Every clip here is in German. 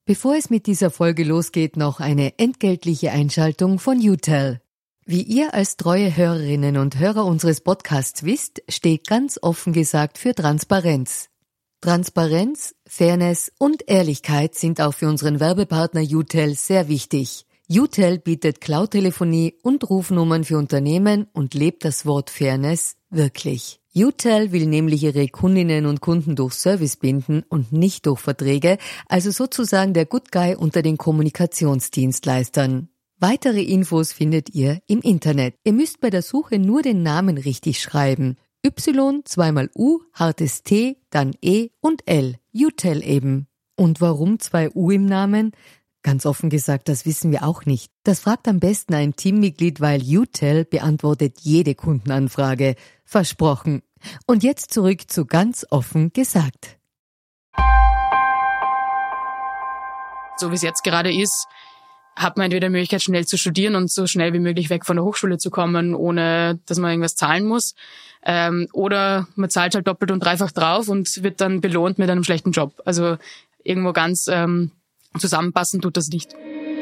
Bevor es mit dieser Folge losgeht, noch eine entgeltliche Einschaltung von UTEL. Wie ihr als treue Hörerinnen und Hörer unseres Podcasts wisst, steht ganz offen gesagt für Transparenz. Transparenz, Fairness und Ehrlichkeit sind auch für unseren Werbepartner UTEL sehr wichtig. UTEL bietet Cloud-Telefonie und Rufnummern für Unternehmen und lebt das Wort Fairness wirklich. UTEL will nämlich ihre Kundinnen und Kunden durch Service binden und nicht durch Verträge, also sozusagen der Good Guy unter den Kommunikationsdienstleistern. Weitere Infos findet ihr im Internet. Ihr müsst bei der Suche nur den Namen richtig schreiben. Y, zweimal U, hartes T, dann E und L. UTEL eben. Und warum 2 U im Namen? Ganz offen gesagt, das wissen wir auch nicht. Das fragt am besten ein Teammitglied, weil UTEL beantwortet jede Kundenanfrage. Versprochen. Und jetzt zurück zu ganz offen gesagt. So wie es jetzt gerade ist, hat man entweder die Möglichkeit, schnell zu studieren und so schnell wie möglich weg von der Hochschule zu kommen, ohne dass man irgendwas zahlen muss. Oder man zahlt halt doppelt und dreifach drauf und wird dann belohnt mit einem schlechten Job. Also irgendwo ganz zusammenpassen tut das nicht.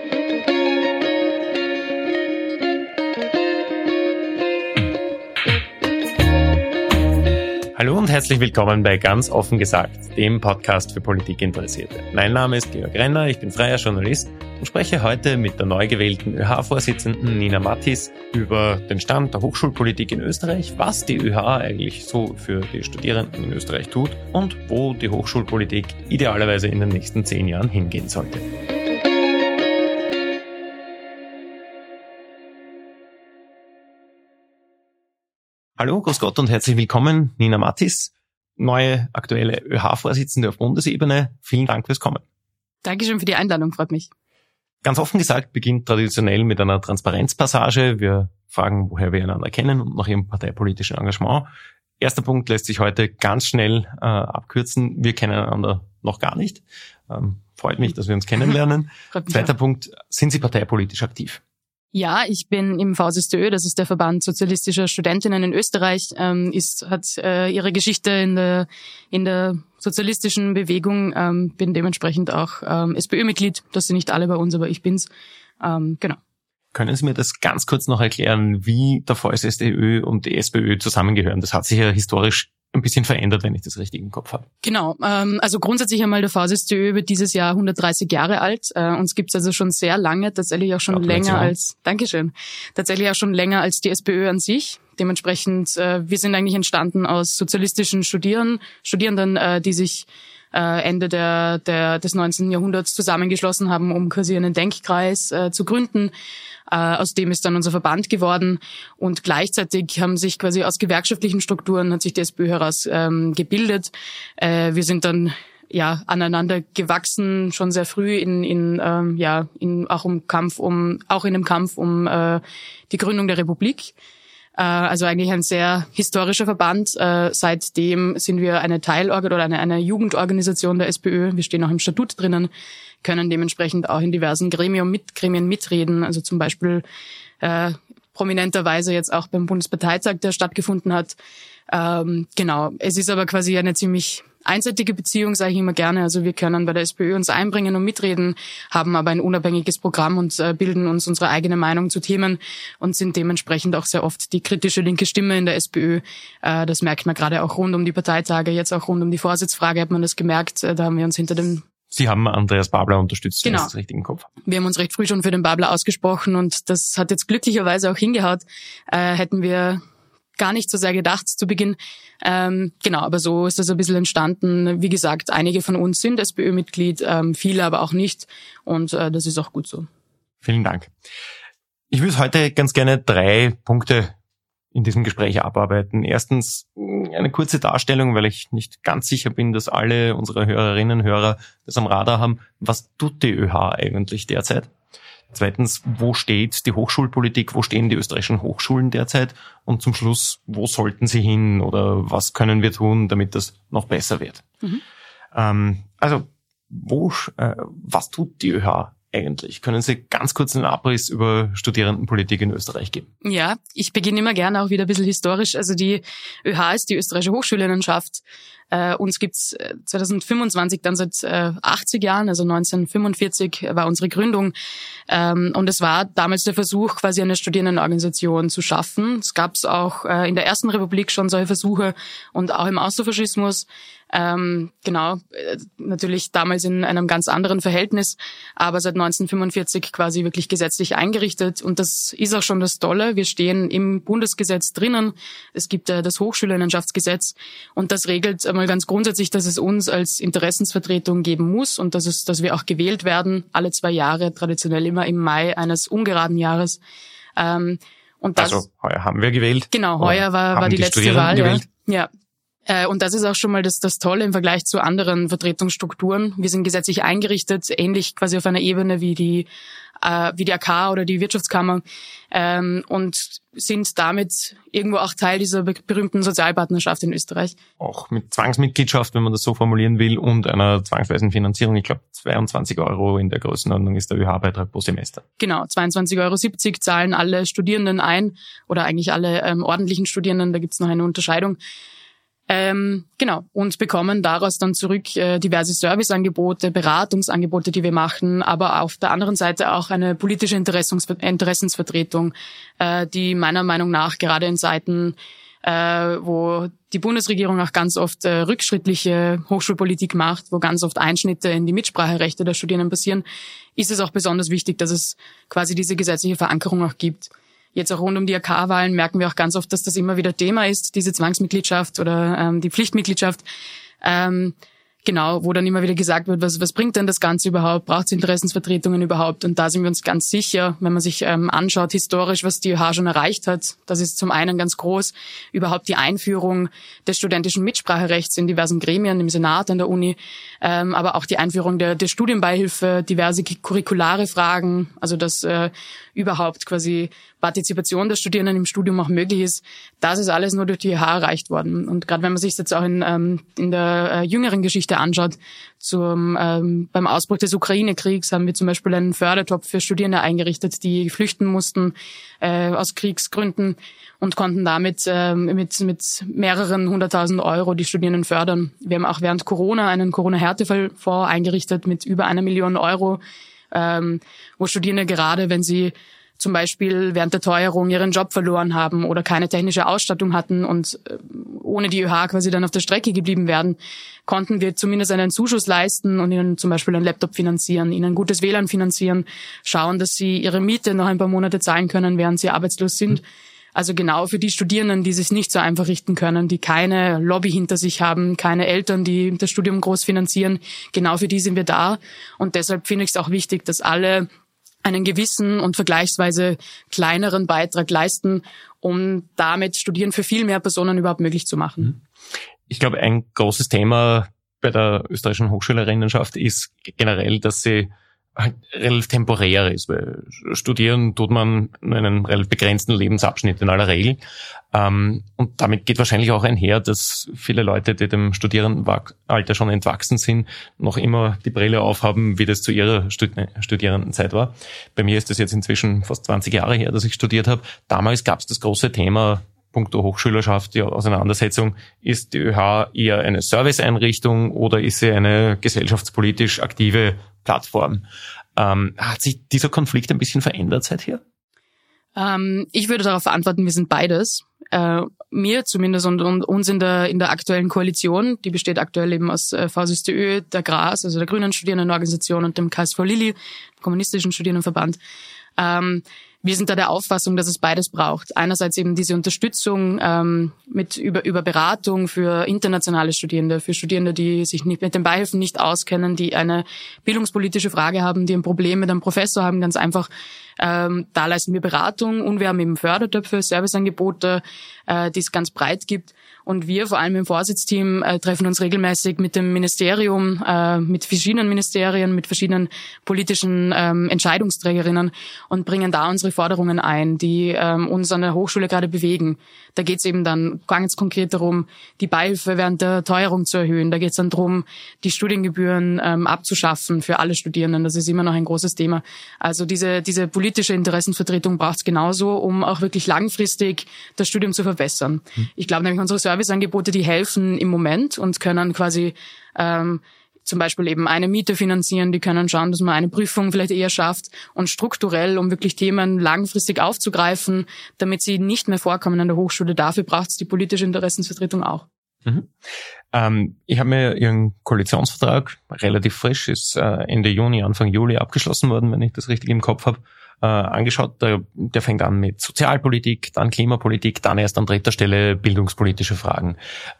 Hallo und herzlich willkommen bei Ganz offen gesagt, dem Podcast für Politikinteressierte. Mein Name ist Georg Renner, ich bin freier Journalist und spreche heute mit der neu gewählten ÖH-Vorsitzenden Nina Mattis über den Stand der Hochschulpolitik in Österreich, was die ÖH eigentlich so für die Studierenden in Österreich tut und wo die Hochschulpolitik idealerweise in den nächsten 10 Jahren hingehen sollte. Hallo, grüß Gott und herzlich willkommen, Nina Mattis, neue aktuelle ÖH-Vorsitzende auf Bundesebene. Vielen Dank fürs Kommen. Dankeschön für die Einladung, freut mich. Ganz offen gesagt beginnt traditionell mit einer Transparenzpassage. Wir fragen, woher wir einander kennen und nach Ihrem parteipolitischen Engagement. Erster Punkt lässt sich heute ganz schnell abkürzen. Wir kennen einander noch gar nicht. Freut mich, dass wir uns kennenlernen. Zweiter Punkt, sind Sie parteipolitisch aktiv? Ja, ich bin im VSSTÖ, das ist der Verband sozialistischer Studentinnen in Österreich, hat ihre Geschichte in der sozialistischen Bewegung, bin dementsprechend auch SPÖ-Mitglied. Das sind nicht alle bei uns, aber ich bin's. Genau. Können Sie mir das ganz kurz noch erklären, wie der VSSTÖ und die SPÖ zusammengehören? Das hat sich ja historisch ein bisschen verändert, wenn ich das richtig im Kopf habe. Genau, also grundsätzlich einmal der VSSTÖ wird dieses Jahr 130 Jahre alt. Uns gibt's also schon sehr lange, tatsächlich auch schon länger als, Dankeschön, tatsächlich auch schon länger als die SPÖ an sich. Dementsprechend, wir sind eigentlich entstanden aus sozialistischen Studierenden, die sich Ende des 19. Jahrhunderts zusammengeschlossen haben, um quasi einen Denkkreis zu gründen. Aus dem ist dann unser Verband geworden und gleichzeitig haben sich quasi aus gewerkschaftlichen Strukturen hat sich die SPÖ heraus gebildet. Wir sind dann aneinander gewachsen, schon sehr früh in einem Kampf um die Gründung der Republik. Also eigentlich ein sehr historischer Verband. Seitdem sind wir eine eine Jugendorganisation der SPÖ. Wir stehen auch im Statut drinnen, können dementsprechend auch in diversen Gremien mitreden. Also zum Beispiel prominenterweise jetzt auch beim Bundesparteitag, der stattgefunden hat. Genau. Es ist aber quasi eine ziemlich einseitige Beziehung, sage ich immer gerne. Also wir können bei der SPÖ uns einbringen und mitreden, haben aber ein unabhängiges Programm und bilden uns unsere eigene Meinung zu Themen und sind dementsprechend auch sehr oft die kritische linke Stimme in der SPÖ. Das merkt man gerade auch rund um die Parteitage, jetzt auch rund um die Vorsitzfrage hat man das gemerkt. Da haben wir uns hinter dem... Sie haben Andreas Babler unterstützt, genau. Wenn ich das richtig im Kopf habe. Wir haben uns recht früh schon für den Babler ausgesprochen und das hat jetzt glücklicherweise auch hingehaut. Hätten wir gar nicht so sehr gedacht zu Beginn. Genau, aber so ist das ein bisschen entstanden. Wie gesagt, einige von uns sind SPÖ-Mitglied, viele aber auch nicht. Und das ist auch gut so. Vielen Dank. Ich würde heute ganz gerne 3 Punkte in diesem Gespräch abarbeiten. Erstens eine kurze Darstellung, weil ich nicht ganz sicher bin, dass alle unsere Hörerinnen und Hörer das am Radar haben. Was tut die ÖH eigentlich derzeit? Zweitens, wo steht die Hochschulpolitik, wo stehen die österreichischen Hochschulen derzeit? Und zum Schluss, wo sollten sie hin oder was können wir tun, damit das noch besser wird? Was tut die ÖH eigentlich? Können Sie ganz kurz einen Abriss über Studierendenpolitik in Österreich geben? Ja, ich beginne immer gerne auch wieder ein bisschen historisch. Also die ÖH ist die österreichische Hochschulerinnenschaft. Uns gibt's 2025 dann seit 80 Jahren, also 1945 war unsere Gründung. Und es war damals der Versuch, quasi eine Studierendenorganisation zu schaffen. Es gab's auch in der Ersten Republik schon solche Versuche und auch im Austrofaschismus. Natürlich damals in einem ganz anderen Verhältnis, aber seit 1945 quasi wirklich gesetzlich eingerichtet. Und das ist auch schon das Tolle. Wir stehen im Bundesgesetz drinnen. Es gibt das Hochschülerinnenschaftsgesetz und das regelt einmal ganz grundsätzlich, dass es uns als Interessensvertretung geben muss und dass wir auch gewählt werden, alle 2 Jahre, traditionell immer im Mai eines ungeraden Jahres. Und das, also heuer haben wir gewählt. Genau, heuer war die letzte Wahl. Gewählt. Ja. Und das ist auch schon mal das Tolle im Vergleich zu anderen Vertretungsstrukturen. Wir sind gesetzlich eingerichtet, ähnlich quasi auf einer Ebene wie die AK oder die Wirtschaftskammer, und sind damit irgendwo auch Teil dieser berühmten Sozialpartnerschaft in Österreich. Auch mit Zwangsmitgliedschaft, wenn man das so formulieren will, und einer zwangsweisen Finanzierung. Ich glaube, 22 € in der Größenordnung ist der ÖH-Beitrag pro Semester. Genau, 22,70 € zahlen alle Studierenden ein, oder eigentlich alle ordentlichen Studierenden, da gibt's noch eine Unterscheidung. Und bekommen daraus dann zurück diverse Serviceangebote, Beratungsangebote, die wir machen, aber auf der anderen Seite auch eine politische Interessensvertretung, die meiner Meinung nach gerade in Zeiten, wo die Bundesregierung auch ganz oft rückschrittliche Hochschulpolitik macht, wo ganz oft Einschnitte in die Mitspracherechte der Studierenden passieren, ist es auch besonders wichtig, dass es quasi diese gesetzliche Verankerung auch gibt. Jetzt auch rund um die AK-Wahlen merken wir auch ganz oft, dass das immer wieder Thema ist, diese Zwangsmitgliedschaft oder die Pflichtmitgliedschaft. Wo dann immer wieder gesagt wird, was bringt denn das Ganze überhaupt? Braucht es Interessensvertretungen überhaupt? Und da sind wir uns ganz sicher, wenn man sich anschaut historisch, was die ÖH schon erreicht hat. Das ist zum einen ganz groß, überhaupt die Einführung des studentischen Mitspracherechts in diversen Gremien, im Senat, an der Uni, aber auch die Einführung der Studienbeihilfe, diverse curriculare Fragen, also dass überhaupt quasi Partizipation der Studierenden im Studium auch möglich ist. Das ist alles nur durch die ÖH erreicht worden. Und gerade wenn man sich jetzt auch in der jüngeren Geschichte anschaut, beim Ausbruch des Ukraine-Kriegs haben wir zum Beispiel einen Fördertopf für Studierende eingerichtet, die flüchten mussten aus Kriegsgründen und konnten damit mit mehreren 100.000 € die Studierenden fördern. Wir haben auch während Corona einen Corona-Härtefallfonds eingerichtet mit über 1 Million €, wo Studierende gerade, wenn sie zum Beispiel während der Teuerung ihren Job verloren haben oder keine technische Ausstattung hatten und ohne die ÖH quasi dann auf der Strecke geblieben werden, konnten wir zumindest einen Zuschuss leisten und ihnen zum Beispiel einen Laptop finanzieren, ihnen gutes WLAN finanzieren, schauen, dass sie ihre Miete noch ein paar Monate zahlen können, während sie arbeitslos sind. Also genau für die Studierenden, die sich nicht so einfach richten können, die keine Lobby hinter sich haben, keine Eltern, die das Studium groß finanzieren, genau für die sind wir da. Und deshalb finde ich es auch wichtig, dass alle einen gewissen und vergleichsweise kleineren Beitrag leisten, um damit Studieren für viel mehr Personen überhaupt möglich zu machen. Ich glaube, ein großes Thema bei der österreichischen Hochschülerinnenschaft ist generell, dass sie halt relativ temporär ist, weil studieren tut man in einem relativ begrenzten Lebensabschnitt in aller Regel. Und damit geht wahrscheinlich auch einher, dass viele Leute, die dem Studierendenalter schon entwachsen sind, noch immer die Brille aufhaben, wie das zu ihrer Studierendenzeit war. Bei mir ist das jetzt inzwischen fast 20 Jahre her, dass ich studiert habe. Damals gab es das große Thema puncto Hochschülerschaft, die Auseinandersetzung, ist die ÖH eher eine Serviceeinrichtung oder ist sie eine gesellschaftspolitisch aktive Plattform? Hat sich dieser Konflikt ein bisschen verändert seither? Ich würde darauf antworten, wir sind beides. Mir zumindest und uns in der aktuellen Koalition, die besteht aktuell eben aus VSSTÖ, der GRAS, also der Grünen Studierendenorganisation, und dem KSV Lilly, Kommunistischen Studierendenverband. Wir sind da der Auffassung, dass es beides braucht. Einerseits eben diese Unterstützung über Beratung für internationale Studierende, für Studierende, die sich nicht mit den Beihilfen nicht auskennen, die eine bildungspolitische Frage haben, die ein Problem mit einem Professor haben, ganz einfach. Da leisten wir Beratung und wir haben eben Fördertöpfe, Serviceangebote, die es ganz breit gibt. Und wir, vor allem im Vorsitzteam, treffen uns regelmäßig mit dem Ministerium, mit verschiedenen Ministerien, mit verschiedenen politischen Entscheidungsträgerinnen und bringen da unsere Forderungen ein, die uns an der Hochschule gerade bewegen. Da geht es eben dann ganz konkret darum, die Beihilfe während der Teuerung zu erhöhen. Da geht es dann darum, die Studiengebühren abzuschaffen für alle Studierenden. Das ist immer noch ein großes Thema. Also diese politische Interessenvertretung braucht es genauso, um auch wirklich langfristig das Studium zu verbessern. Ich glaube nämlich, unsere Serviceangebote, die helfen im Moment und können quasi zum Beispiel eben eine Miete finanzieren, die können schauen, dass man eine Prüfung vielleicht eher schafft und strukturell, um wirklich Themen langfristig aufzugreifen, damit sie nicht mehr vorkommen an der Hochschule. Dafür braucht es die politische Interessensvertretung auch. Ich habe mir Ihren Koalitionsvertrag, relativ frisch, ist Ende Juni, Anfang Juli abgeschlossen worden, wenn ich das richtig im Kopf habe, angeschaut. Der fängt an mit Sozialpolitik, dann Klimapolitik, dann erst an dritter Stelle bildungspolitische Fragen.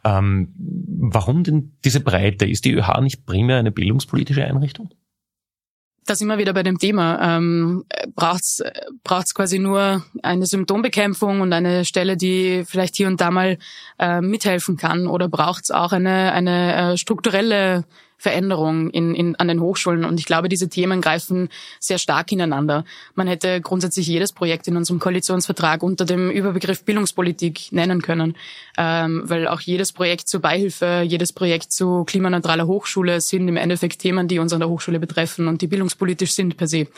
Warum denn diese Breite? Ist die ÖH nicht primär eine bildungspolitische Einrichtung? Das immer wieder bei dem Thema. Braucht's quasi nur eine Symptombekämpfung und eine Stelle, die vielleicht hier und da mal mithelfen kann, oder braucht's auch eine strukturelle Veränderung an den Hochschulen? Und ich glaube, diese Themen greifen sehr stark ineinander. Man hätte grundsätzlich jedes Projekt in unserem Koalitionsvertrag unter dem Überbegriff Bildungspolitik nennen können, weil auch jedes Projekt zur Beihilfe, jedes Projekt zu klimaneutraler Hochschule sind im Endeffekt Themen, die uns an der Hochschule betreffen und die bildungspolitisch sind per se.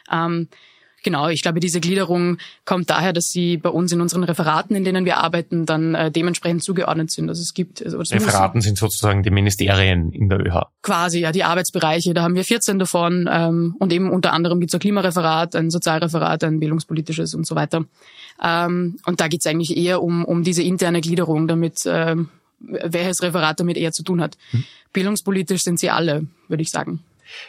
Genau, ich glaube, diese Gliederung kommt daher, dass sie bei uns in unseren Referaten, in denen wir arbeiten, dann dementsprechend zugeordnet sind. Also es gibt Referaten sind sozusagen die Ministerien in der ÖH. Quasi, ja, die Arbeitsbereiche. Da haben wir 14 davon und eben unter anderem gibt es ein Klimareferat, ein Sozialreferat, ein bildungspolitisches und so weiter. Und da geht es eigentlich eher um diese interne Gliederung, damit welches Referat damit eher zu tun hat. Bildungspolitisch sind sie alle, würde ich sagen.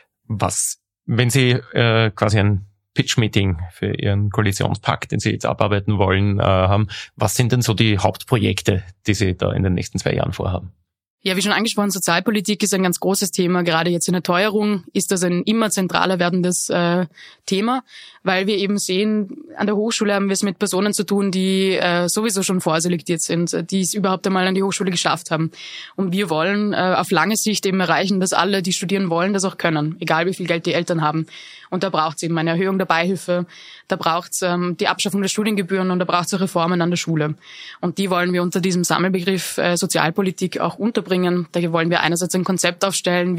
Wenn Sie quasi ein Pitch-Meeting für Ihren Koalitionspakt, den Sie jetzt abarbeiten wollen, haben. Was sind denn so die Hauptprojekte, die Sie da in den nächsten 2 Jahren vorhaben? Ja, wie schon angesprochen, Sozialpolitik ist ein ganz großes Thema. Gerade jetzt in der Teuerung ist das ein immer zentraler werdendes Thema, weil wir eben sehen, an der Hochschule haben wir es mit Personen zu tun, die sowieso schon vorselektiert sind, die es überhaupt einmal an die Hochschule geschafft haben. Und wir wollen auf lange Sicht eben erreichen, dass alle, die studieren wollen, das auch können, egal wie viel Geld die Eltern haben. Und da braucht es eben eine Erhöhung der Beihilfe, da braucht es die Abschaffung der Studiengebühren und da braucht es auch Reformen an der Schule. Und die wollen wir unter diesem Sammelbegriff Sozialpolitik auch unterbringen. Da wollen wir einerseits ein Konzept aufstellen,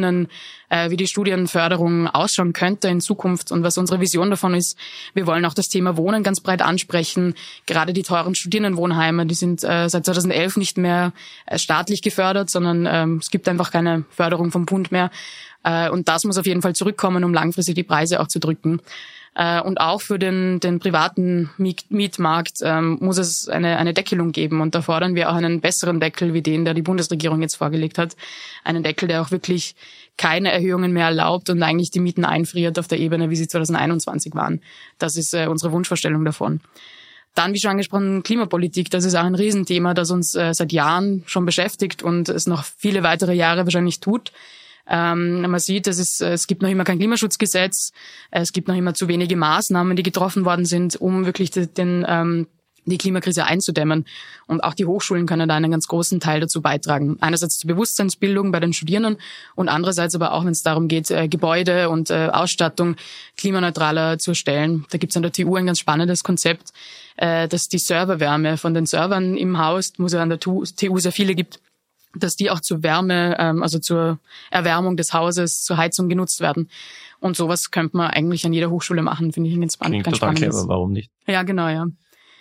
wie die Studienförderung ausschauen könnte in Zukunft und was unsere Vision davon ist. Wir wollen auch das Thema Wohnen ganz breit ansprechen. Gerade die teuren Studierendenwohnheime, die sind seit 2011 nicht mehr staatlich gefördert, sondern es gibt einfach keine Förderung vom Bund mehr. Und das muss auf jeden Fall zurückkommen, um langfristig die Preise auch zu drücken. Und auch für den privaten Mietmarkt muss es eine Deckelung geben. Und da fordern wir auch einen besseren Deckel wie den, der die Bundesregierung jetzt vorgelegt hat. Einen Deckel, der auch wirklich keine Erhöhungen mehr erlaubt und eigentlich die Mieten einfriert auf der Ebene, wie sie 2021 waren. Das ist unsere Wunschvorstellung davon. Dann, wie schon angesprochen, Klimapolitik. Das ist auch ein Riesenthema, das uns seit Jahren schon beschäftigt und es noch viele weitere Jahre wahrscheinlich tut. Man sieht, es gibt noch immer kein Klimaschutzgesetz, es gibt noch immer zu wenige Maßnahmen, die getroffen worden sind, um wirklich die Klimakrise einzudämmen. Und auch die Hochschulen können da einen ganz großen Teil dazu beitragen. Einerseits zur Bewusstseinsbildung bei den Studierenden und andererseits aber auch, wenn es darum geht, Gebäude und Ausstattung klimaneutraler zu erstellen. Da gibt es an der TU ein ganz spannendes Konzept, dass die Serverwärme von den Servern im Haus, wo es ja an der TU sehr viele gibt, dass die auch zur Wärme, also zur Erwärmung des Hauses, zur Heizung genutzt werden. Und sowas könnte man eigentlich an jeder Hochschule machen, finde ich ganz spannend. Klingt total clever, warum nicht? Ja, genau, ja.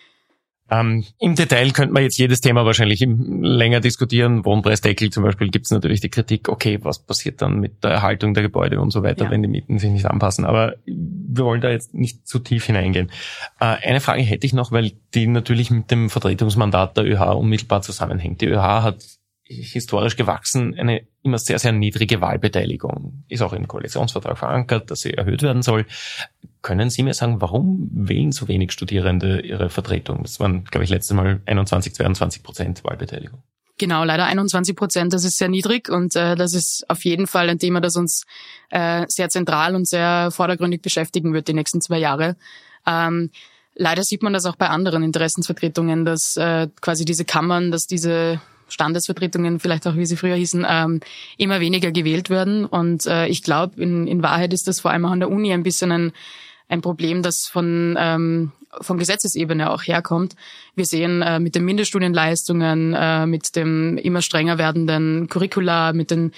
Im Detail könnte man jetzt jedes Thema wahrscheinlich länger diskutieren. Wohnpreisdeckel zum Beispiel, gibt es natürlich die Kritik, okay, was passiert dann mit der Erhaltung der Gebäude und so weiter, wenn die Mieten sich nicht anpassen. Aber wir wollen da jetzt nicht zu tief hineingehen. Eine Frage hätte ich noch, weil die natürlich mit dem Vertretungsmandat der ÖH unmittelbar zusammenhängt. Die ÖH hat historisch gewachsen, eine immer sehr, sehr niedrige Wahlbeteiligung. Ist auch im Koalitionsvertrag verankert, dass sie erhöht werden soll. Können Sie mir sagen, warum wählen so wenig Studierende ihre Vertretung? Das waren, glaube ich, letztes Mal 21-22% Wahlbeteiligung. Genau, leider 21%, das ist sehr niedrig und das ist auf jeden Fall ein Thema, das uns sehr zentral und sehr vordergründig beschäftigen wird die nächsten 2 Jahre. Leider sieht man das auch bei anderen Interessensvertretungen, dass quasi diese Kammern, dass diese Standesvertretungen, vielleicht auch wie sie früher hießen, immer weniger gewählt werden. Und ich glaube, in Wahrheit ist das vor allem auch an der Uni ein bisschen ein Problem, das von Gesetzesebene auch herkommt. Wir sehen mit den Mindeststudienleistungen, mit dem immer strenger werdenden Curricula, mit den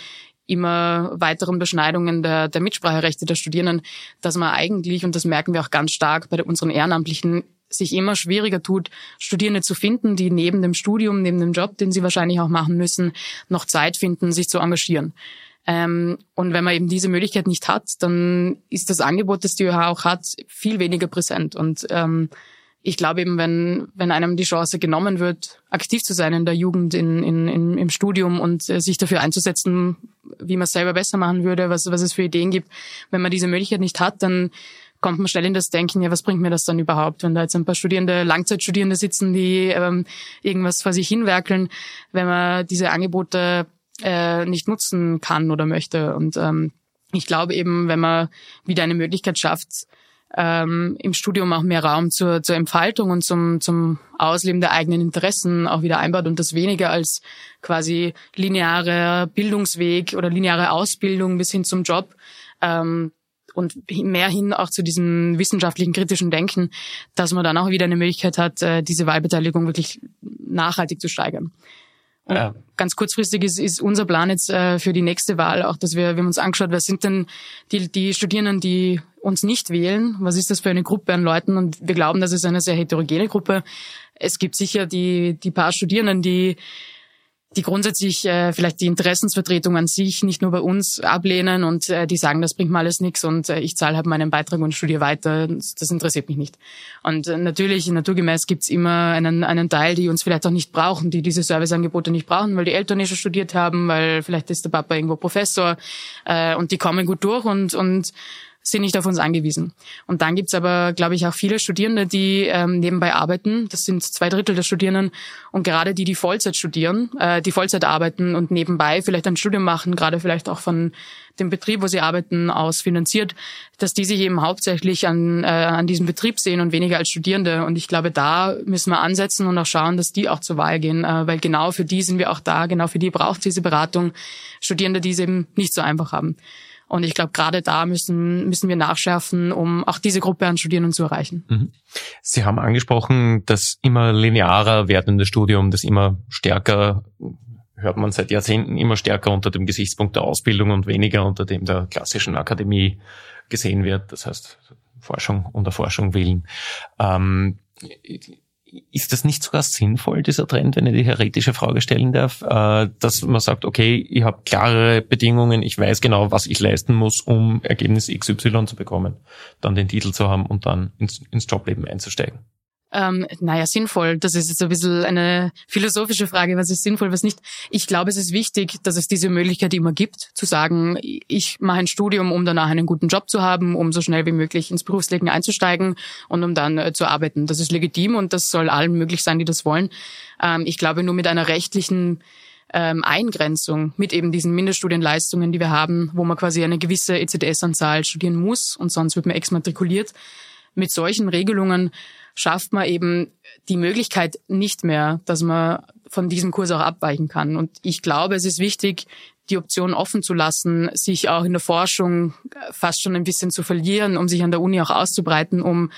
immer weiteren Beschneidungen der Mitspracherechte der Studierenden, dass man eigentlich, und das merken wir auch ganz stark bei unseren Ehrenamtlichen, sich immer schwieriger tut, Studierende zu finden, die neben dem Studium, neben dem Job, den sie wahrscheinlich auch machen müssen, noch Zeit finden, sich zu engagieren. Und wenn man eben diese Möglichkeit nicht hat, dann ist das Angebot, das die ÖH auch hat, viel weniger präsent. Und ich glaube eben, wenn einem die Chance genommen wird, aktiv zu sein in der Jugend, im Studium und sich dafür einzusetzen, wie man es selber besser machen würde, was es für Ideen gibt, wenn man diese Möglichkeit nicht hat, dann kommt man schnell in das Denken, ja, was bringt mir das dann überhaupt, wenn da jetzt ein paar Langzeitstudierende sitzen, die irgendwas vor sich hinwerkeln, wenn man diese Angebote nicht nutzen kann oder möchte. Und ich glaube eben, wenn man wieder eine Möglichkeit schafft, im Studium auch mehr Raum zur Entfaltung und zum Ausleben der eigenen Interessen auch wieder einbaut und das weniger als quasi linearer Bildungsweg oder lineare Ausbildung bis hin zum Job, und mehr hin auch zu diesem wissenschaftlichen, kritischen Denken, dass man dann auch wieder eine Möglichkeit hat, diese Wahlbeteiligung wirklich nachhaltig zu steigern. Und ganz kurzfristig ist unser Plan jetzt für die nächste Wahl auch, dass wir haben uns angeschaut, wer sind denn die Studierenden, die uns nicht wählen? Was ist das für eine Gruppe an Leuten? Und wir glauben, das ist eine sehr heterogene Gruppe. Es gibt sicher die paar Studierenden, die grundsätzlich vielleicht die Interessensvertretung an sich nicht nur bei uns ablehnen und die sagen, das bringt mir alles nichts und ich zahle halt meinen Beitrag und studiere weiter. Das interessiert mich nicht. Und natürlich, naturgemäß gibt's immer einen Teil, die uns vielleicht auch nicht brauchen, die diese Serviceangebote nicht brauchen, weil die Eltern schon studiert haben, weil vielleicht ist der Papa irgendwo Professor und die kommen gut durch und sind nicht auf uns angewiesen. Und dann gibt's aber, glaube ich, auch viele Studierende, die nebenbei arbeiten. Das sind 2/3 der Studierenden. Und gerade die Vollzeit studieren, die Vollzeit arbeiten und nebenbei vielleicht ein Studium machen, gerade vielleicht auch von dem Betrieb, wo sie arbeiten, aus finanziert, dass die sich eben hauptsächlich an diesem Betrieb sehen und weniger als Studierende. Und ich glaube, da müssen wir ansetzen und auch schauen, dass die auch zur Wahl gehen, weil genau für die sind wir auch da, genau für die braucht es diese Beratung. Studierende, die es eben nicht so einfach haben. Und ich glaube, gerade da müssen wir nachschärfen, um auch diese Gruppe an Studierenden zu erreichen. Mhm. Sie haben angesprochen, das immer linearer werdende Studium, das immer stärker, hört man seit Jahrzehnten, immer stärker unter dem Gesichtspunkt der Ausbildung und weniger unter dem der klassischen Akademie gesehen wird. Das heißt, Forschung um der Forschung willen. Ist das nicht sogar sinnvoll, dieser Trend, wenn ich die heretische Frage stellen darf, dass man sagt, okay, ich habe klare Bedingungen, ich weiß genau, was ich leisten muss, um Ergebnis XY zu bekommen, dann den Titel zu haben und dann ins Jobleben einzusteigen? Sinnvoll. Das ist jetzt ein bisschen eine philosophische Frage, was ist sinnvoll, was nicht. Ich glaube, es ist wichtig, dass es diese Möglichkeit immer gibt, zu sagen, ich mache ein Studium, um danach einen guten Job zu haben, um so schnell wie möglich ins Berufsleben einzusteigen und um dann zu arbeiten. Das ist legitim und das soll allen möglich sein, die das wollen. Ich glaube, nur mit einer rechtlichen Eingrenzung, mit eben diesen Mindeststudienleistungen, die wir haben, wo man quasi eine gewisse ECTS-Anzahl studieren muss und sonst wird man exmatrikuliert. Mit solchen Regelungen schafft man eben die Möglichkeit nicht mehr, dass man von diesem Kurs auch abweichen kann. Und ich glaube, es ist wichtig, die Option offen zu lassen, sich auch in der Forschung fast schon ein bisschen zu verlieren, um sich an der Uni auch auszubreiten, um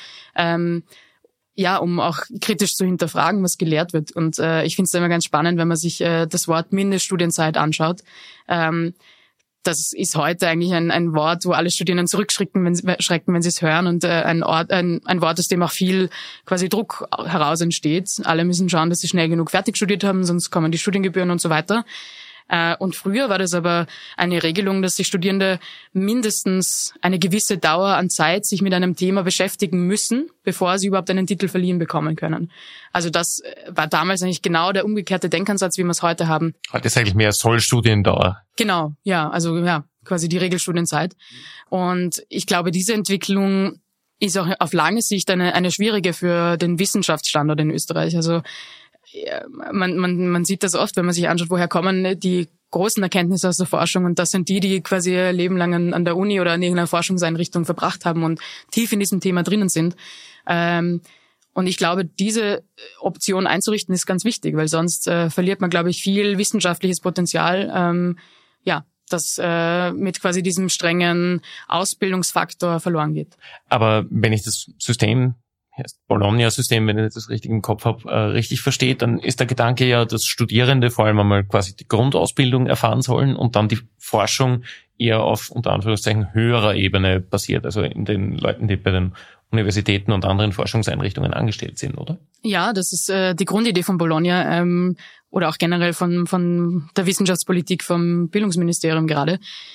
auch kritisch zu hinterfragen, was gelehrt wird. Und ich finde es immer ganz spannend, wenn man sich das Wort Mindeststudienzeit anschaut. Das ist heute eigentlich ein Wort, wo alle Studierenden zurückschrecken, wenn sie es hören und ein Wort, aus dem auch viel quasi Druck heraus entsteht. Alle müssen schauen, dass sie schnell genug fertig studiert haben, sonst kommen die Studiengebühren und so weiter. Und früher war das aber eine Regelung, dass sich Studierende mindestens eine gewisse Dauer an Zeit sich mit einem Thema beschäftigen müssen, bevor sie überhaupt einen Titel verliehen bekommen können. Also das war damals eigentlich genau der umgekehrte Denkansatz, wie wir es heute haben. Heute ist eigentlich mehr Sollstudiendauer. Genau, quasi die Regelstudienzeit. Und ich glaube, diese Entwicklung ist auch auf lange Sicht eine schwierige für den Wissenschaftsstandort in Österreich. Also man sieht das oft, wenn man sich anschaut, woher kommen die großen Erkenntnisse aus der Forschung, und das sind die quasi ihr Leben lang an der Uni oder in irgendeiner Forschungseinrichtung verbracht haben und tief in diesem Thema drinnen sind. Und ich glaube, diese Option einzurichten ist ganz wichtig, weil sonst verliert man, glaube ich, viel wissenschaftliches Potenzial, das mit quasi diesem strengen Ausbildungsfaktor verloren geht. Aber wenn ich das System, das Bologna-System, wenn ich das richtig im Kopf habe, richtig verstehe, dann ist der Gedanke ja, dass Studierende vor allem einmal quasi die Grundausbildung erfahren sollen und dann die Forschung eher auf, unter Anführungszeichen, höherer Ebene passiert, also in den Leuten, die bei den Universitäten und anderen Forschungseinrichtungen angestellt sind, oder? Ja, das ist die Grundidee von Bologna oder auch generell von der Wissenschaftspolitik vom Bildungsministerium gerade.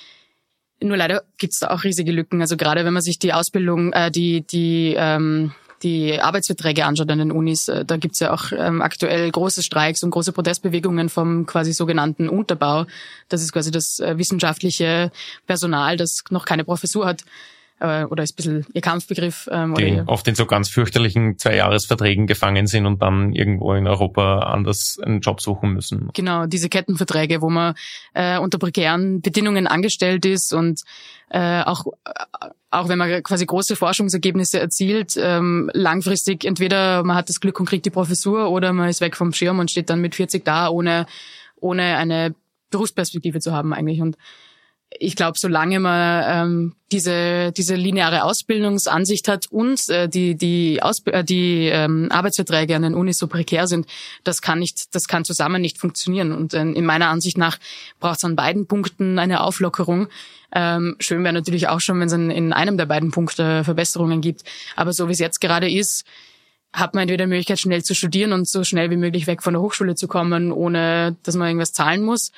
Nur leider gibt's da auch riesige Lücken. Also gerade wenn man sich die Ausbildung, die Arbeitsverträge anschaut an den Unis, da gibt's ja auch aktuell große Streiks und große Protestbewegungen vom quasi sogenannten Unterbau. Das ist quasi das wissenschaftliche Personal, das noch keine Professur hat. Oder ist ein bisschen ihr Kampfbegriff. Die oft in so ganz fürchterlichen 2-Jahresverträgen gefangen sind und dann irgendwo in Europa anders einen Job suchen müssen. Genau, diese Kettenverträge, wo man unter prekären Bedingungen angestellt ist und auch wenn man quasi große Forschungsergebnisse erzielt, langfristig entweder man hat das Glück und kriegt die Professur oder man ist weg vom Schirm und steht dann mit 40 da, ohne eine Berufsperspektive zu haben eigentlich. Und ich glaube, solange man diese lineare Ausbildungsansicht hat und die Arbeitsverträge an den Unis so prekär sind, das kann zusammen nicht funktionieren. Und in meiner Ansicht nach braucht es an beiden Punkten eine Auflockerung. Schön wäre natürlich auch schon, wenn es in einem der beiden Punkte Verbesserungen gibt. Aber so wie es jetzt gerade ist, hat man entweder die Möglichkeit, schnell zu studieren und so schnell wie möglich weg von der Hochschule zu kommen, ohne dass man irgendwas zahlen muss.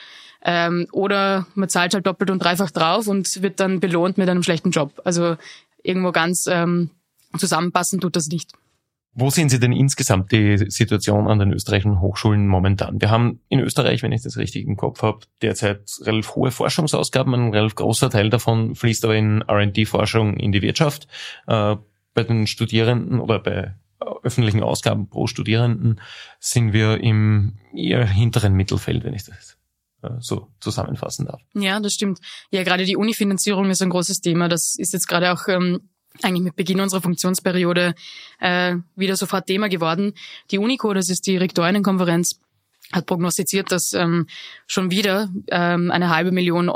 Oder man zahlt halt doppelt und dreifach drauf und wird dann belohnt mit einem schlechten Job. Also irgendwo ganz zusammenpassen tut das nicht. Wo sehen Sie denn insgesamt die Situation an den österreichischen Hochschulen momentan? Wir haben in Österreich, wenn ich das richtig im Kopf habe, derzeit relativ hohe Forschungsausgaben. Ein relativ großer Teil davon fließt aber in R&D-Forschung in die Wirtschaft. Bei den Studierenden oder bei öffentlichen Ausgaben pro Studierenden sind wir im eher hinteren Mittelfeld, wenn ich das so zusammenfassen darf. Ja, das stimmt. Ja, gerade die Unifinanzierung ist ein großes Thema. Das ist jetzt gerade auch eigentlich mit Beginn unserer Funktionsperiode wieder sofort Thema geworden. Die UNICO, das ist die Rektorinnenkonferenz, hat prognostiziert, dass schon wieder eine halbe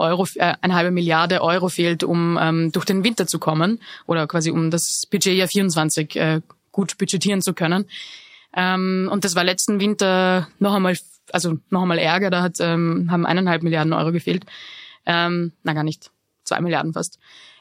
Milliarde Euro fehlt, um durch den Winter zu kommen oder quasi um das Budgetjahr 24 gut budgetieren zu können. Und das war letzten Winter noch einmal Ärger, da haben 1,5 Milliarden Euro gefehlt. Gar nicht, 2 Milliarden fast.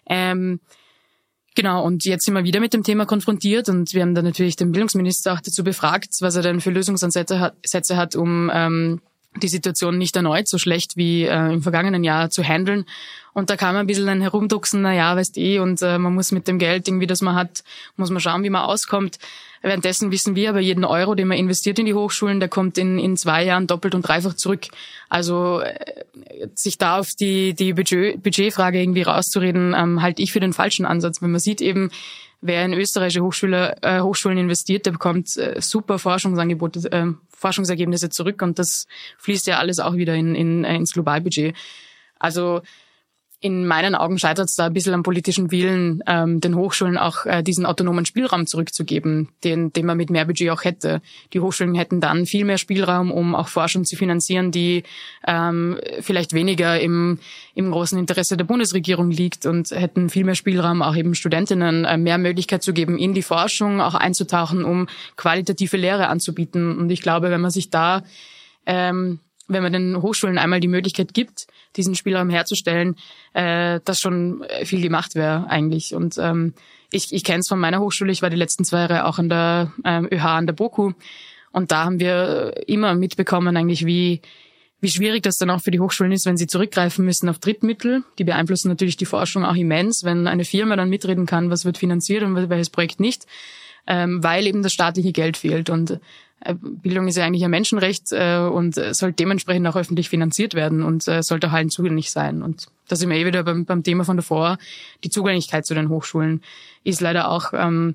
Genau, und jetzt sind wir wieder mit dem Thema konfrontiert und wir haben dann natürlich den Bildungsminister auch dazu befragt, was er denn für Lösungsansätze hat, um die Situation nicht erneut so schlecht wie im vergangenen Jahr zu handeln. Und da kam ein bisschen ein Herumdrucksen, und man muss mit dem Geld irgendwie, das man hat, muss man schauen, wie man auskommt. Währenddessen wissen wir aber, jeden Euro, den man investiert in die Hochschulen, der kommt in 2 Jahren doppelt und dreifach zurück. Also sich da auf die Budgetfrage irgendwie rauszureden, halte ich für den falschen Ansatz. Wenn man sieht eben, wer in österreichische Hochschulen investiert, der bekommt super Forschungsergebnisse zurück und das fließt ja alles auch wieder ins Globalbudget. Also in meinen Augen scheitert es da ein bisschen am politischen Willen, den Hochschulen auch diesen autonomen Spielraum zurückzugeben, den man mit mehr Budget auch hätte. Die Hochschulen hätten dann viel mehr Spielraum, um auch Forschung zu finanzieren, die vielleicht weniger im großen Interesse der Bundesregierung liegt und hätten viel mehr Spielraum, auch eben Studentinnen mehr Möglichkeit zu geben, in die Forschung auch einzutauchen, um qualitative Lehre anzubieten. Und ich glaube, wenn man sich da wenn man den Hochschulen einmal die Möglichkeit gibt, diesen Spielraum herzustellen, dass schon viel gemacht wäre eigentlich. Und ich kenne es von meiner Hochschule, ich war die letzten 2 Jahre auch an der ÖH, an der BOKU, und da haben wir immer mitbekommen eigentlich, wie schwierig das dann auch für die Hochschulen ist, wenn sie zurückgreifen müssen auf Drittmittel. Die beeinflussen natürlich die Forschung auch immens, wenn eine Firma dann mitreden kann, was wird finanziert und welches Projekt nicht, weil eben das staatliche Geld fehlt. Und Bildung ist ja eigentlich ein Menschenrecht und soll dementsprechend auch öffentlich finanziert werden und sollte auch allen zugänglich sein. Und da sind wir wieder beim Thema von davor. Die Zugänglichkeit zu den Hochschulen ist leider auch ein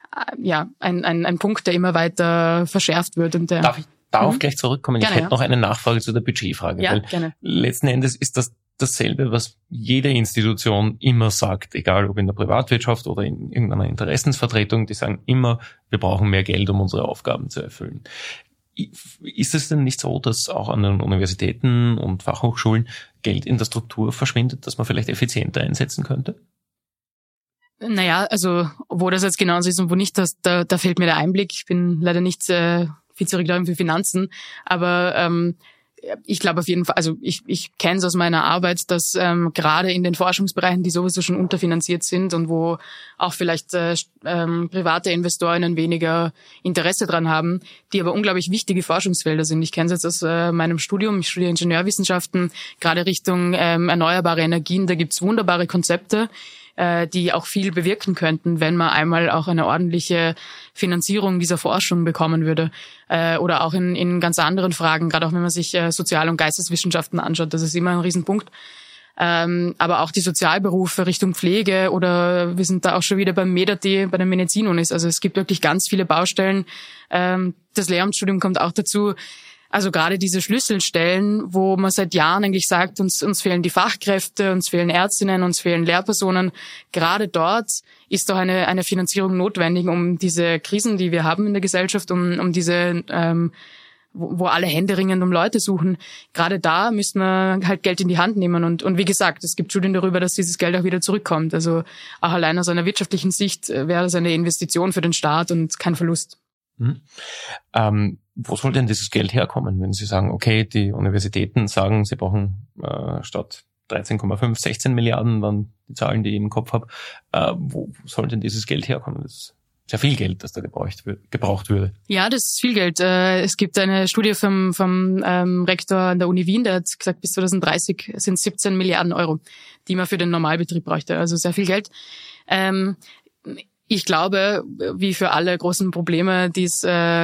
Punkt, der immer weiter verschärft wird. Und Darf ich darauf gleich zurückkommen? Gerne, ich hätte noch eine Nachfrage zu der Budgetfrage. Ja, weil gerne. Letzten Endes ist das dasselbe, was jede Institution immer sagt, egal ob in der Privatwirtschaft oder in irgendeiner Interessensvertretung, die sagen immer, wir brauchen mehr Geld, um unsere Aufgaben zu erfüllen. Ist es denn nicht so, dass auch an den Universitäten und Fachhochschulen Geld in der Struktur verschwindet, dass man vielleicht effizienter einsetzen könnte? Naja, also wo das jetzt genau ist und wo nicht, da fehlt mir der Einblick. Ich bin leider nicht Vizerektorin für Finanzen, aber ich glaube auf jeden Fall, also ich kenne es aus meiner Arbeit, dass gerade in den Forschungsbereichen, die sowieso schon unterfinanziert sind und wo auch vielleicht private Investorinnen weniger Interesse dran haben, die aber unglaublich wichtige Forschungsfelder sind. Ich kenne es jetzt aus meinem Studium, ich studiere Ingenieurwissenschaften, gerade Richtung erneuerbare Energien, da gibt's wunderbare Konzepte, die auch viel bewirken könnten, wenn man einmal auch eine ordentliche Finanzierung dieser Forschung bekommen würde. Oder auch in ganz anderen Fragen, gerade auch wenn man sich Sozial- und Geisteswissenschaften anschaut, das ist immer ein Riesenpunkt. Aber auch die Sozialberufe Richtung Pflege oder wir sind da auch schon wieder beim MEDAT, bei den Medizinunis. Also es gibt wirklich ganz viele Baustellen. Das Lehramtsstudium kommt auch dazu. Also gerade diese Schlüsselstellen, wo man seit Jahren eigentlich sagt, uns fehlen die Fachkräfte, uns fehlen Ärztinnen, uns fehlen Lehrpersonen. Gerade dort ist doch eine Finanzierung notwendig, um diese Krisen, die wir haben in der Gesellschaft, um diese, wo alle händeringend um Leute suchen. Gerade da müsste man halt Geld in die Hand nehmen. Und wie gesagt, es gibt Studien darüber, dass dieses Geld auch wieder zurückkommt. Also auch allein aus einer wirtschaftlichen Sicht wäre das eine Investition für den Staat und kein Verlust. Wo soll denn dieses Geld herkommen, wenn Sie sagen, okay, die Universitäten sagen, sie brauchen statt 13,5, 16 Milliarden, dann die Zahlen, die ich im Kopf habe, wo soll denn dieses Geld herkommen? Das ist sehr viel Geld, das da gebraucht würde. Ja, das ist viel Geld. Es gibt eine Studie vom Rektor an der Uni Wien, der hat gesagt, bis 2030 sind 17 Milliarden Euro, die man für den Normalbetrieb bräuchte. Also sehr viel Geld. Ich glaube, wie für alle großen Probleme, die es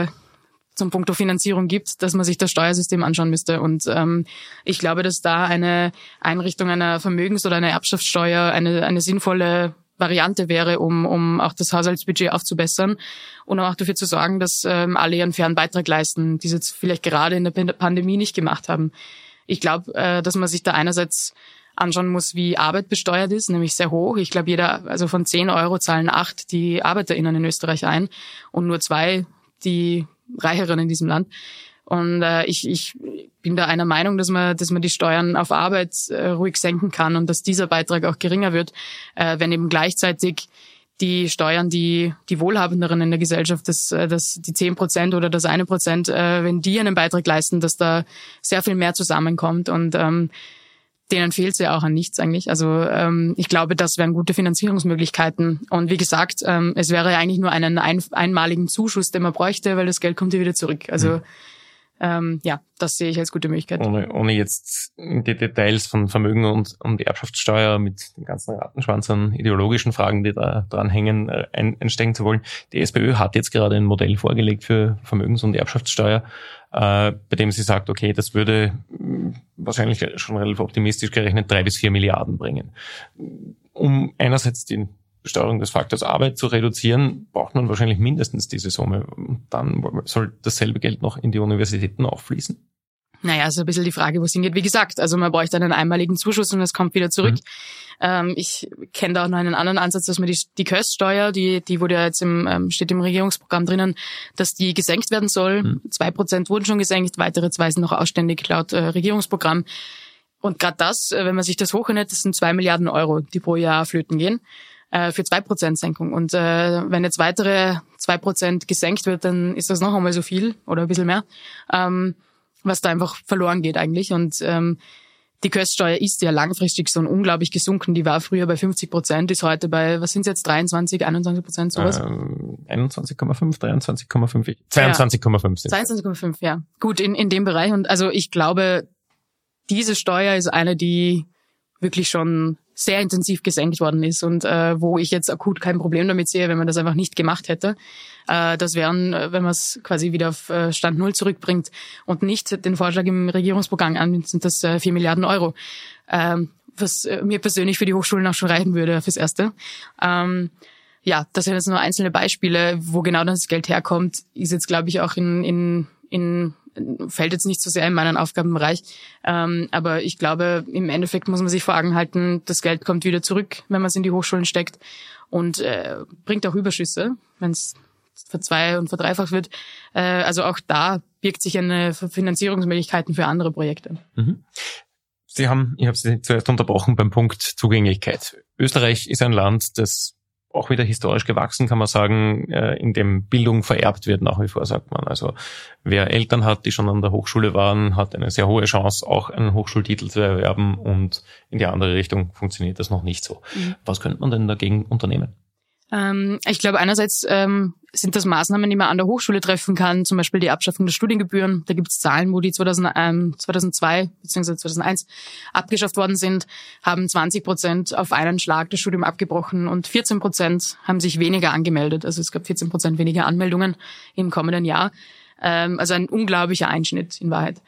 zum Punkto Finanzierung gibt, dass man sich das Steuersystem anschauen müsste. Und ich glaube, dass da eine Einrichtung einer Vermögens- oder einer Erbschaftssteuer eine sinnvolle Variante wäre, um auch das Haushaltsbudget aufzubessern und auch dafür zu sorgen, dass alle ihren fairen Beitrag leisten, die es jetzt vielleicht gerade in der Pandemie nicht gemacht haben. Ich glaube, dass man sich da einerseits anschauen muss, wie Arbeit besteuert ist, nämlich sehr hoch. Ich glaube, also von 10 Euro zahlen 8 die ArbeiterInnen in Österreich ein und nur 2 die Reicheren in diesem Land. Und ich bin da einer Meinung, dass man die Steuern auf Arbeit ruhig senken kann und dass dieser Beitrag auch geringer wird, wenn eben gleichzeitig die Steuern, die Wohlhabenderen in der Gesellschaft, dass die 10% oder das 1%, wenn die einen Beitrag leisten, dass da sehr viel mehr zusammenkommt und denen fehlt es ja auch an nichts eigentlich. Also ich glaube, das wären gute Finanzierungsmöglichkeiten. Und wie gesagt, es wäre eigentlich nur einen einmaligen Zuschuss, den man bräuchte, weil das Geld kommt ja wieder zurück. Also ja, das sehe ich als gute Möglichkeit. Ohne jetzt in die Details von Vermögen und Erbschaftssteuer mit dem ganzen Rattenschwanz an ideologischen Fragen, die da dranhängen, einsteigen zu wollen. Die SPÖ hat jetzt gerade ein Modell vorgelegt für Vermögens- und Erbschaftssteuer, bei dem sie sagt, okay, das würde wahrscheinlich schon relativ optimistisch gerechnet 3 bis 4 Milliarden bringen. Um einerseits die Besteuerung des Faktors Arbeit zu reduzieren, braucht man wahrscheinlich mindestens diese Summe. Dann soll dasselbe Geld noch in die Universitäten auch fließen? Naja, ist ein bisschen die Frage, wo es hingeht. Wie gesagt, also man bräuchte einen einmaligen Zuschuss und es kommt wieder zurück. Ich kenne da auch noch einen anderen Ansatz, dass man die Köststeuer, die wurde ja jetzt steht im Regierungsprogramm drinnen, dass die gesenkt werden soll. 2% wurden schon gesenkt, weitere 2 sind noch ausständig laut Regierungsprogramm. Und gerade das, wenn man sich das hochrechnet, das sind 2 Milliarden Euro, die pro Jahr flöten gehen. Für 2% Senkung. Und wenn jetzt weitere 2% gesenkt wird, dann ist das noch einmal so viel oder ein bisschen mehr, was da einfach verloren geht eigentlich. Und die Köststeuer ist ja langfristig so unglaublich gesunken. Die war früher bei 50%, ist heute bei, was sind es jetzt, 23, 21%, sowas? 21,5, 23,5, 22,5 sind 22,5, ja. Gut, in dem Bereich. Und also ich glaube, diese Steuer ist eine, die wirklich schon sehr intensiv gesenkt worden ist und wo ich jetzt akut kein Problem damit sehe, wenn man das einfach nicht gemacht hätte. Das wären, wenn man es quasi wieder auf Stand Null zurückbringt und nicht den Vorschlag im Regierungsprogramm annimmt, sind das 4 Milliarden Euro. Was mir persönlich für die Hochschulen auch schon reichen würde fürs Erste. Ja, das sind jetzt nur einzelne Beispiele, wo genau das Geld herkommt, ist jetzt, glaube ich, auch fällt jetzt nicht so sehr in meinen Aufgabenbereich. Aber ich glaube, im Endeffekt muss man sich vor Augen halten, das Geld kommt wieder zurück, wenn man es in die Hochschulen steckt und bringt auch Überschüsse, wenn es verzwei- und verdreifacht wird. Also auch da birgt sich eine Finanzierungsmöglichkeiten für andere Projekte. Ich habe Sie zuerst unterbrochen beim Punkt Zugänglichkeit. Österreich ist ein Land, das auch wieder historisch gewachsen, kann man sagen, in dem Bildung vererbt wird nach wie vor, sagt man. Also wer Eltern hat, die schon an der Hochschule waren, hat eine sehr hohe Chance, auch einen Hochschultitel zu erwerben, und in die andere Richtung funktioniert das noch nicht so. Was könnte man denn dagegen unternehmen? Ich glaube, einerseits sind das Maßnahmen, die man an der Hochschule treffen kann, zum Beispiel die Abschaffung der Studiengebühren. Da gibt es Zahlen, wo die 2002 bzw. 2001 abgeschafft worden sind, haben 20% auf einen Schlag das Studium abgebrochen und 14% haben sich weniger angemeldet. Also es gab 14% weniger Anmeldungen im kommenden Jahr. Also ein unglaublicher Einschnitt in Wahrheit.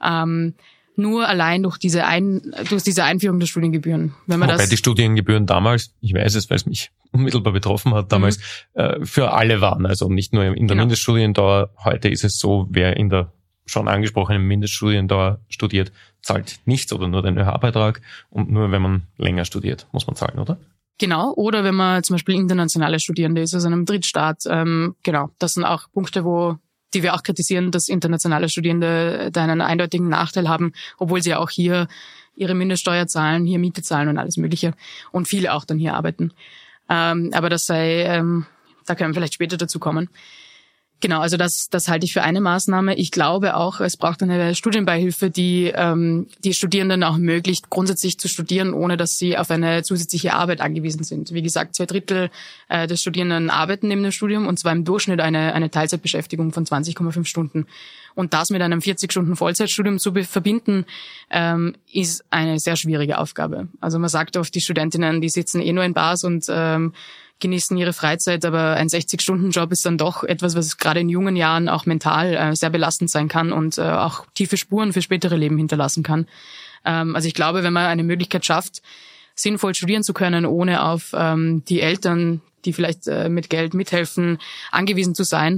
Nur allein durch diese Einführung der Studiengebühren. Wobei die Studiengebühren damals, ich weiß es, weil es mich unmittelbar betroffen hat, damals für alle waren, also nicht nur in der Mindeststudiendauer. Heute ist es so, wer in der schon angesprochenen Mindeststudiendauer studiert, zahlt nichts oder nur den ÖH-Beitrag, und nur wenn man länger studiert, muss man zahlen, oder? Genau, oder wenn man zum Beispiel internationale Studierende ist, also in einem Drittstaat. Genau, das sind auch Punkte, die wir auch kritisieren, dass internationale Studierende da einen eindeutigen Nachteil haben, obwohl sie ja auch hier ihre Mindeststeuer zahlen, hier Miete zahlen und alles Mögliche, und viele auch dann hier arbeiten. Aber das sei, da können wir vielleicht später dazu kommen. Genau, also das halte ich für eine Maßnahme. Ich glaube auch, es braucht eine Studienbeihilfe, die Studierenden auch ermöglicht, grundsätzlich zu studieren, ohne dass sie auf eine zusätzliche Arbeit angewiesen sind. Wie gesagt, 2/3 des Studierenden arbeiten neben dem Studium, und zwar im Durchschnitt eine Teilzeitbeschäftigung von 20,5 Stunden. Und das mit einem 40-Stunden-Vollzeitstudium zu verbinden, ist eine sehr schwierige Aufgabe. Also man sagt oft, die Studentinnen, die sitzen nur in Bars und genießen ihre Freizeit, aber ein 60-Stunden-Job ist dann doch etwas, was gerade in jungen Jahren auch mental sehr belastend sein kann und auch tiefe Spuren für spätere Leben hinterlassen kann. Also ich glaube, wenn man eine Möglichkeit schafft, sinnvoll studieren zu können, ohne auf die Eltern, die vielleicht mit Geld mithelfen, angewiesen zu sein,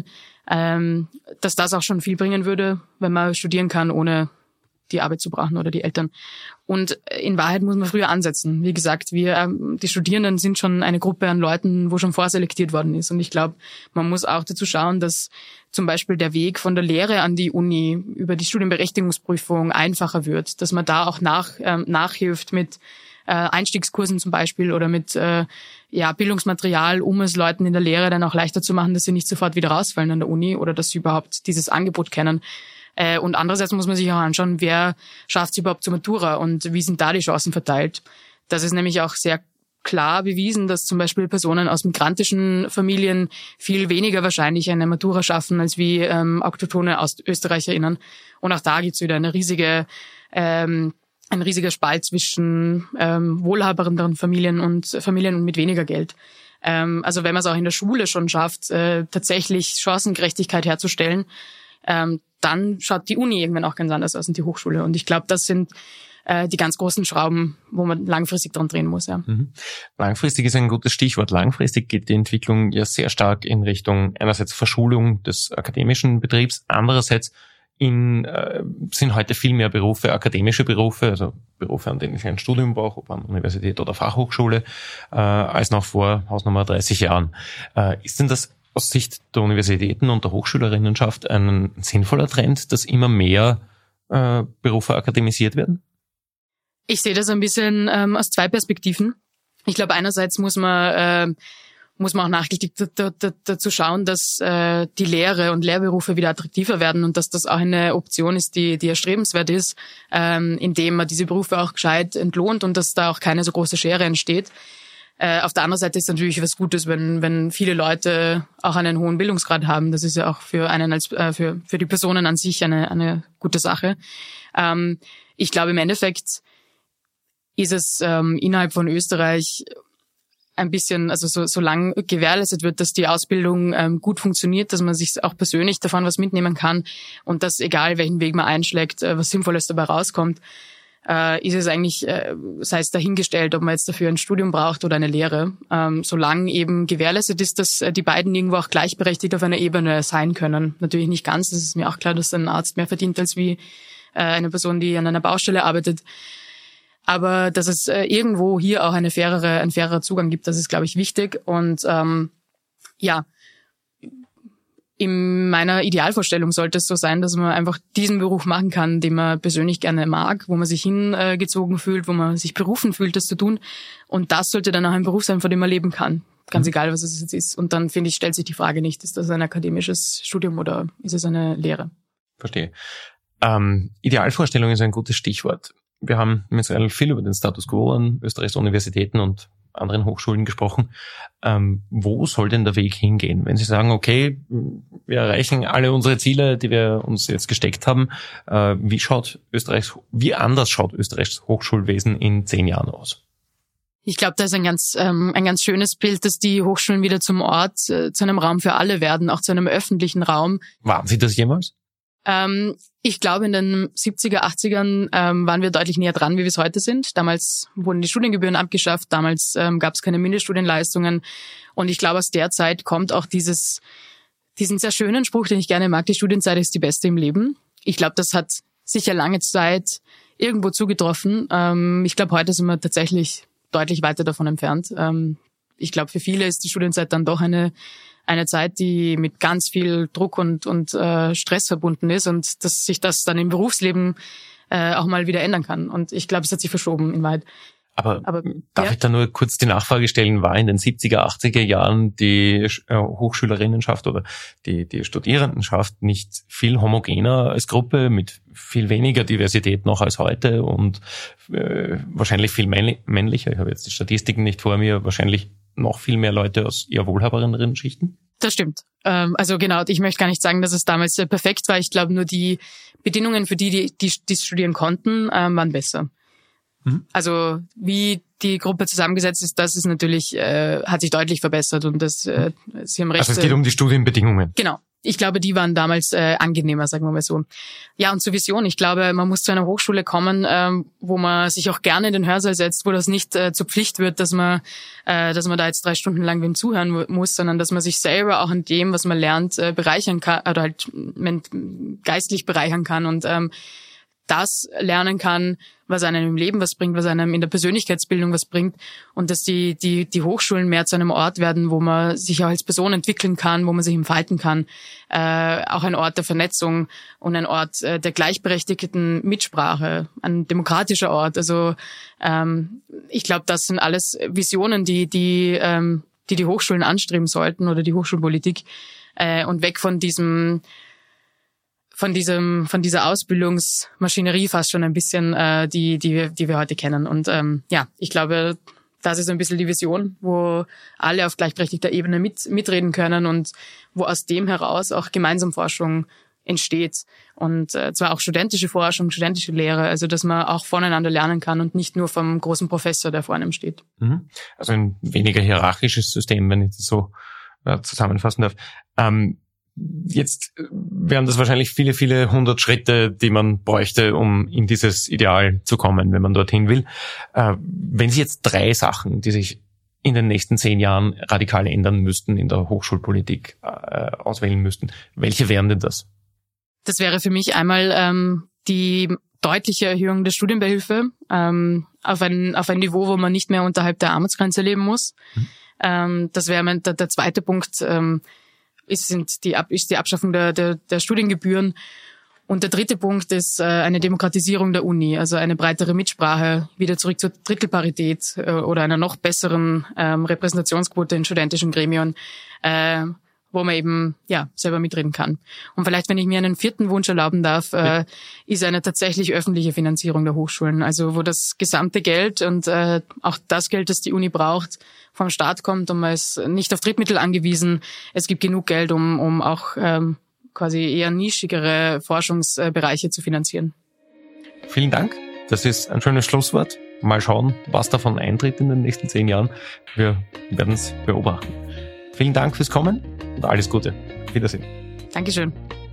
dass das auch schon viel bringen würde, wenn man studieren kann, ohne die Arbeit zu brauchen oder die Eltern. Und in Wahrheit muss man früher ansetzen. Wie gesagt, die Studierenden sind schon eine Gruppe an Leuten, wo schon vorselektiert worden ist. Und ich glaube, man muss auch dazu schauen, dass zum Beispiel der Weg von der Lehre an die Uni über die Studienberechtigungsprüfung einfacher wird, dass man da auch nachhilft mit Einstiegskursen zum Beispiel oder mit Bildungsmaterial, um es Leuten in der Lehre dann auch leichter zu machen, dass sie nicht sofort wieder rausfallen an der Uni oder dass sie überhaupt dieses Angebot kennen. Und andererseits muss man sich auch anschauen, wer schafft es überhaupt zur Matura und wie sind da die Chancen verteilt. Das ist nämlich auch sehr klar bewiesen, dass zum Beispiel Personen aus migrantischen Familien viel weniger wahrscheinlich eine Matura schaffen als wie autochthone ÖsterreicherInnen. Und auch da gibt's wieder ein riesiger Spalt zwischen wohlhabenderen Familien und Familien mit weniger Geld. Also wenn man es auch in der Schule schon schafft, tatsächlich Chancengerechtigkeit herzustellen, dann schaut die Uni irgendwann auch ganz anders aus und die Hochschule. Und ich glaube, das sind die ganz großen Schrauben, wo man langfristig dran drehen muss. Ja. Langfristig ist ein gutes Stichwort. Langfristig geht die Entwicklung ja sehr stark in Richtung einerseits Verschulung des akademischen Betriebs, andererseits sind heute viel mehr Berufe, akademische Berufe, also Berufe, an denen ich ein Studium brauche, ob an Universität oder Fachhochschule, als noch vor Hausnummer 30 Jahren. Ist denn das aus Sicht der Universitäten und der Hochschülerinnenschaft ein sinnvoller Trend, dass immer mehr Berufe akademisiert werden? Ich sehe das ein bisschen aus zwei Perspektiven. Ich glaube, einerseits muss man auch nachhaltig dazu schauen, dass die Lehre und Lehrberufe wieder attraktiver werden und dass das auch eine Option ist, die erstrebenswert ist, indem man diese Berufe auch gescheit entlohnt und dass da auch keine so große Schere entsteht. Auf der anderen Seite ist natürlich was Gutes, wenn viele Leute auch einen hohen Bildungsgrad haben. Das ist ja auch für einen für die Personen an sich eine gute Sache. Ich glaube, im Endeffekt ist es innerhalb von Österreich ein bisschen, also solange gewährleistet wird, dass die Ausbildung gut funktioniert, dass man sich auch persönlich davon was mitnehmen kann und dass, egal welchen Weg man einschlägt, was Sinnvolles dabei rauskommt, ist es eigentlich, sei es dahingestellt, ob man jetzt dafür ein Studium braucht oder eine Lehre, solange eben gewährleistet ist, dass die beiden irgendwo auch gleichberechtigt auf einer Ebene sein können. Natürlich nicht ganz, das ist mir auch klar, dass ein Arzt mehr verdient als wie eine Person, die an einer Baustelle arbeitet. Aber dass es irgendwo hier auch ein fairerer Zugang gibt, das ist, glaube ich, wichtig. Und in meiner Idealvorstellung sollte es so sein, dass man einfach diesen Beruf machen kann, den man persönlich gerne mag, wo man sich hingezogen fühlt, wo man sich berufen fühlt, das zu tun. Und das sollte dann auch ein Beruf sein, von dem man leben kann. Ganz egal, was es jetzt ist. Und dann, finde ich, stellt sich die Frage nicht, ist das ein akademisches Studium oder ist es eine Lehre? Verstehe. Idealvorstellung ist ein gutes Stichwort. Wir haben mit relativ viel über den Status quo an Österreichs Universitäten und anderen Hochschulen gesprochen. Wo soll denn der Weg hingehen? Wenn Sie sagen, okay, wir erreichen alle unsere Ziele, die wir uns jetzt gesteckt haben, wie anders schaut Österreichs Hochschulwesen in 10 Jahren aus? Ich glaube, da ist ein ganz schönes Bild, dass die Hochschulen wieder zum Ort, zu einem Raum für alle werden, auch zu einem öffentlichen Raum. Waren Sie das jemals? Ich glaube, in den 70er, 80ern waren wir deutlich näher dran, wie wir es heute sind. Damals wurden die Studiengebühren abgeschafft, damals gab es keine Mindeststudienleistungen. Und ich glaube, aus der Zeit kommt auch diesen sehr schönen Spruch, den ich gerne mag, die Studienzeit ist die beste im Leben. Ich glaube, das hat sicher lange Zeit irgendwo zugetroffen. Ich glaube, heute sind wir tatsächlich deutlich weiter davon entfernt. Ich glaube, für viele ist die Studienzeit dann doch eine Zeit, die mit ganz viel Druck und Stress verbunden ist und dass sich das dann im Berufsleben auch mal wieder ändern kann. Und ich glaube, es hat sich verschoben in Wahrheit. Aber darf ich da nur kurz die Nachfrage stellen, war in den 70er, 80er Jahren die Hochschülerinnenschaft oder die Studierendenschaft nicht viel homogener als Gruppe, mit viel weniger Diversität noch als heute und wahrscheinlich viel männlicher? Ich habe jetzt die Statistiken nicht vor mir, wahrscheinlich noch viel mehr Leute aus eher wohlhabenderen Schichten? Das stimmt. Also genau, ich möchte gar nicht sagen, dass es damals perfekt war. Ich glaube, nur die Bedingungen, für die studieren konnten, waren besser. Also wie die Gruppe zusammengesetzt ist, das ist natürlich, hat sich deutlich verbessert und Sie haben recht. Also es geht um die Studienbedingungen. Genau. Ich glaube, die waren damals angenehmer, sagen wir mal so. Ja, und zur Vision. Ich glaube, man muss zu einer Hochschule kommen, wo man sich auch gerne in den Hörsaal setzt, wo das nicht zur Pflicht wird, dass man da jetzt 3 Stunden lang wem zuhören muss, sondern dass man sich selber auch an dem, was man lernt, bereichern kann oder halt geistlich bereichern kann und das lernen kann, was einem im Leben was bringt, was einem in der Persönlichkeitsbildung was bringt und dass die Hochschulen mehr zu einem Ort werden, wo man sich auch als Person entwickeln kann, wo man sich entfalten kann, auch ein Ort der Vernetzung und ein Ort der gleichberechtigten Mitsprache, ein demokratischer Ort. Also ich glaube, das sind alles Visionen, die Hochschulen anstreben sollten oder die Hochschulpolitik und weg von dieser Ausbildungsmaschinerie fast schon ein bisschen, die wir heute kennen. Und ich glaube, das ist ein bisschen die Vision, wo alle auf gleichberechtigter Ebene mitreden können und wo aus dem heraus auch gemeinsam Forschung entsteht. Und zwar auch studentische Forschung, studentische Lehre, also dass man auch voneinander lernen kann und nicht nur vom großen Professor, der vor einem steht. Also ein weniger hierarchisches System, wenn ich das so zusammenfassen darf. Jetzt wären das wahrscheinlich viele, viele 100 Schritte, die man bräuchte, um in dieses Ideal zu kommen, wenn man dorthin will. Wenn Sie jetzt 3 Sachen, die sich in den nächsten 10 Jahren radikal ändern müssten in der Hochschulpolitik, auswählen müssten, welche wären denn das? Das wäre für mich einmal die deutliche Erhöhung der Studienbeihilfe auf ein Niveau, wo man nicht mehr unterhalb der Armutsgrenze leben muss. Das wäre der zweite Punkt. Ist die Abschaffung der Studiengebühren. Und der dritte Punkt ist eine Demokratisierung der Uni, also eine breitere Mitsprache, wieder zurück zur Drittelparität oder einer noch besseren Repräsentationsquote in studentischen Gremien, wo man eben selber mitreden kann. Und vielleicht, wenn ich mir einen 4. Wunsch erlauben darf, ist eine tatsächlich öffentliche Finanzierung der Hochschulen, also wo das gesamte Geld und auch das Geld, das die Uni braucht, vom Staat kommt und man ist nicht auf Drittmittel angewiesen. Es gibt genug Geld, um auch quasi eher nischigere Forschungsbereiche zu finanzieren. Vielen Dank. Das ist ein schönes Schlusswort. Mal schauen, was davon eintritt in den nächsten 10 Jahren. Wir werden es beobachten. Vielen Dank fürs Kommen und alles Gute. Auf Wiedersehen. Dankeschön.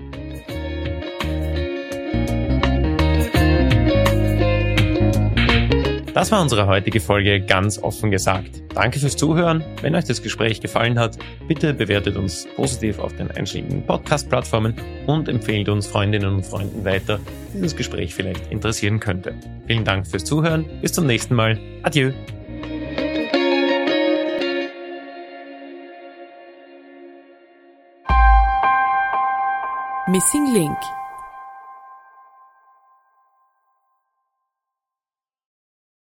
Das war unsere heutige Folge Ganz offen gesagt. Danke fürs Zuhören. Wenn euch das Gespräch gefallen hat, bitte bewertet uns positiv auf den einschlägigen Podcast-Plattformen und empfehlt uns Freundinnen und Freunden weiter, die das Gespräch vielleicht interessieren könnte. Vielen Dank fürs Zuhören. Bis zum nächsten Mal. Adieu. Missing Link